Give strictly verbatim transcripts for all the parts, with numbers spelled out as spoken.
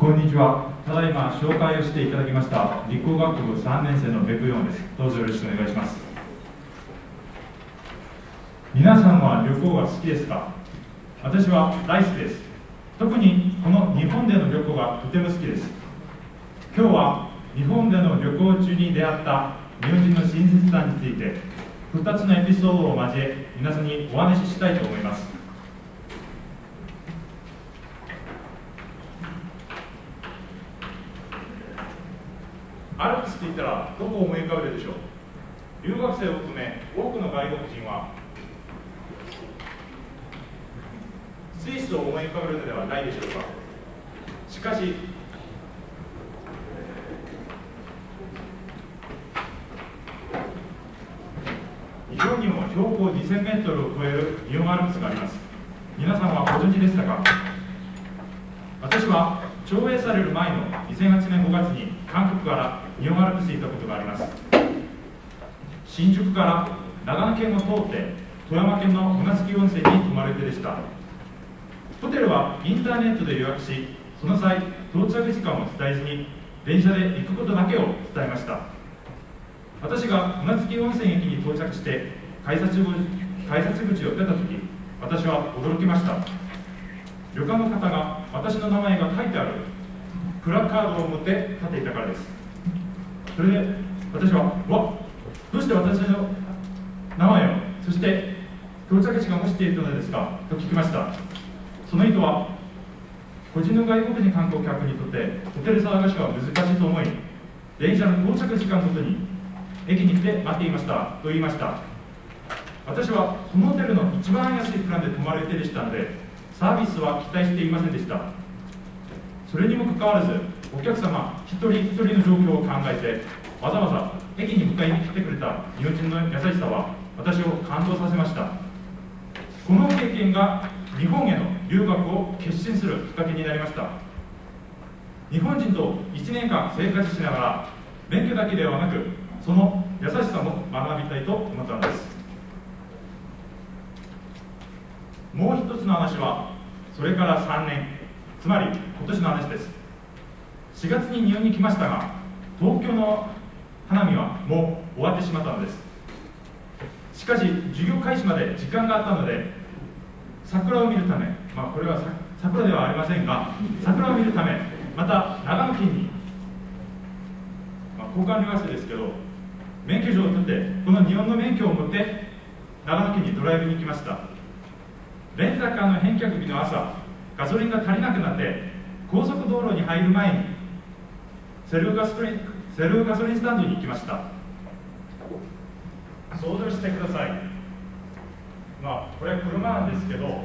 こんにちは。ただいま紹介をしていただきました理工学部さんねん生の別府よんです。どうぞよろしくお願いします。皆さんは旅行が好きですか？私は大好きです。特にこの日本での旅行がとても好きです。今日は日本での旅行中に出会った日本人の親切さについてふたつのエピソードを交え皆さんにお話ししたいと思います。アルプスといったらどこを思い浮かべるでしょう？留学生を含め多くの外国人はスイスを思い浮かべるのではないでしょうか。しかし日本にも標高にせんメートルを超える日本アルプスがあります。皆さんはご存知でしたか？私は徴兵される前のにせんはちねんごがつに韓国から日本アルプスに行ったことがあります。新宿から長野県を通って富山県の船着温泉に泊まる予定でした。ホテルはインターネットで予約し、その際到着時間を伝えずに電車で行くことだけを伝えました。私が船着温泉駅に到着して改札口改札口を出たとき、私は驚きました。旅館の方が私の名前が書いてあるプラカードを持って立っていたからです。それで私は「わっ、どうして私の名前を、そして到着時間を知っているのですか?」と聞きました。その意図は、個人の外国人観光客にとってホテル探しは難しいと思い、電車の到着時間ごとに駅に来て待っていましたと言いました。私はそのホテルの一番安いプランで泊まる予定でしたので、サービスは期待していませんでした。それにもかかわらず、お客様一人一人の状況を考えてわざわざ駅に迎えに来てくれた日本人の優しさは私を感動させました。この経験が日本への留学を決心するきっかけになりました。日本人といちねんかん生活しながら勉強だけではなく、その優しさも学びたいと思ったのです。もう一つの話はそれからさんねん、つまり今年の話です。しがつに日本に来ましたが、東京の花見はもう終わってしまったのです。しかし授業開始まで時間があったので、桜を見るため、まあ、これは桜ではありませんが、桜を見るためまた長野県に、まあ、交換留学生ですけど免許証を取って、この日本の免許を持って長野県にドライブに行きました。レンタカーの返却日の朝、ガソリンが足りなくなって高速道路に入る前にセルフガソリン、セルフガソリンスタンドに行きました。想像してください。まあこれは車なんですけど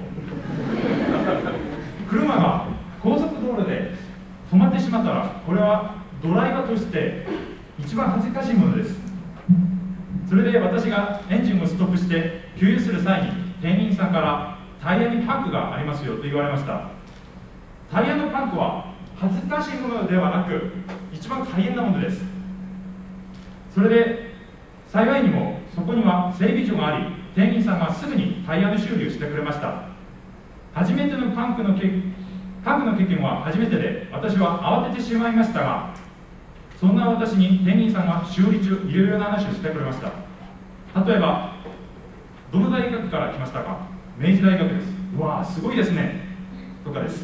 車が高速道路で止まってしまったら、これはドライバーとして一番恥ずかしいものです。それで私がエンジンをストップして給油する際に、店員さんからタイヤにパンクがありますよと言われました。タイヤのパンクは恥ずかしいものではなく、一番大変なものです。それで幸いにもそこには整備所があり、店員さんがすぐにタイヤの修理をしてくれました。初めてのパンクのけパンクの経験は初めてで、私は慌ててしまいましたが、そんな私に店員さんが修理中いろいろな話をしてくれました。例えば、どの大学から来ましたか？明治大学です。うわあ、すごいですねとかです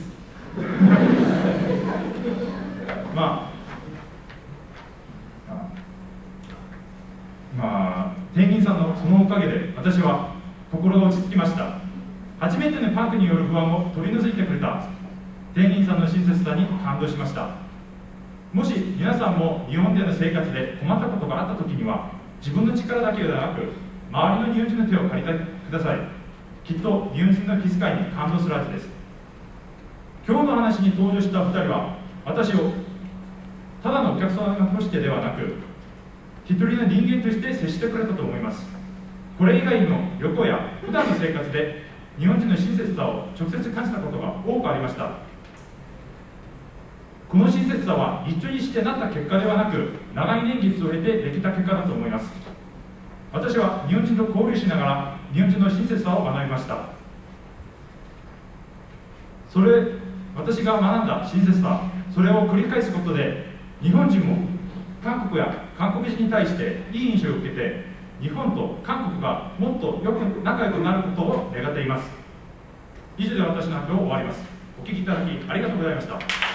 まあまあ店員さんのそのおかげで私は心が落ち着きました。初めてのパンクによる不安を取り除いてくれた店員さんの親切さに感動しました。もし皆さんも日本での生活で困ったことがあった時には、自分の力だけではなく周りの日本人の手を借りてください。きっと日本人の気遣いに感動するはずです。今日の話に登場したふたりは、私をただのお客様としてではなく、一人の人間として接してくれたと思います。これ以外の旅行や普段の生活で日本人の親切さを直接感じたことが多くありました。この親切さは一緒にしてなった結果ではなく、長い年月を経てできた結果だと思います。私は日本人と交流しながら日本人の親切さを学びました。それ私が学んだ親切さ、 それを繰り返すことで日本人も韓国や韓国人に対していい印象を受けて、日本と韓国がもっとよく仲良くなることを願っています。以上で私の発表を終わります。お聞きいただきありがとうございました。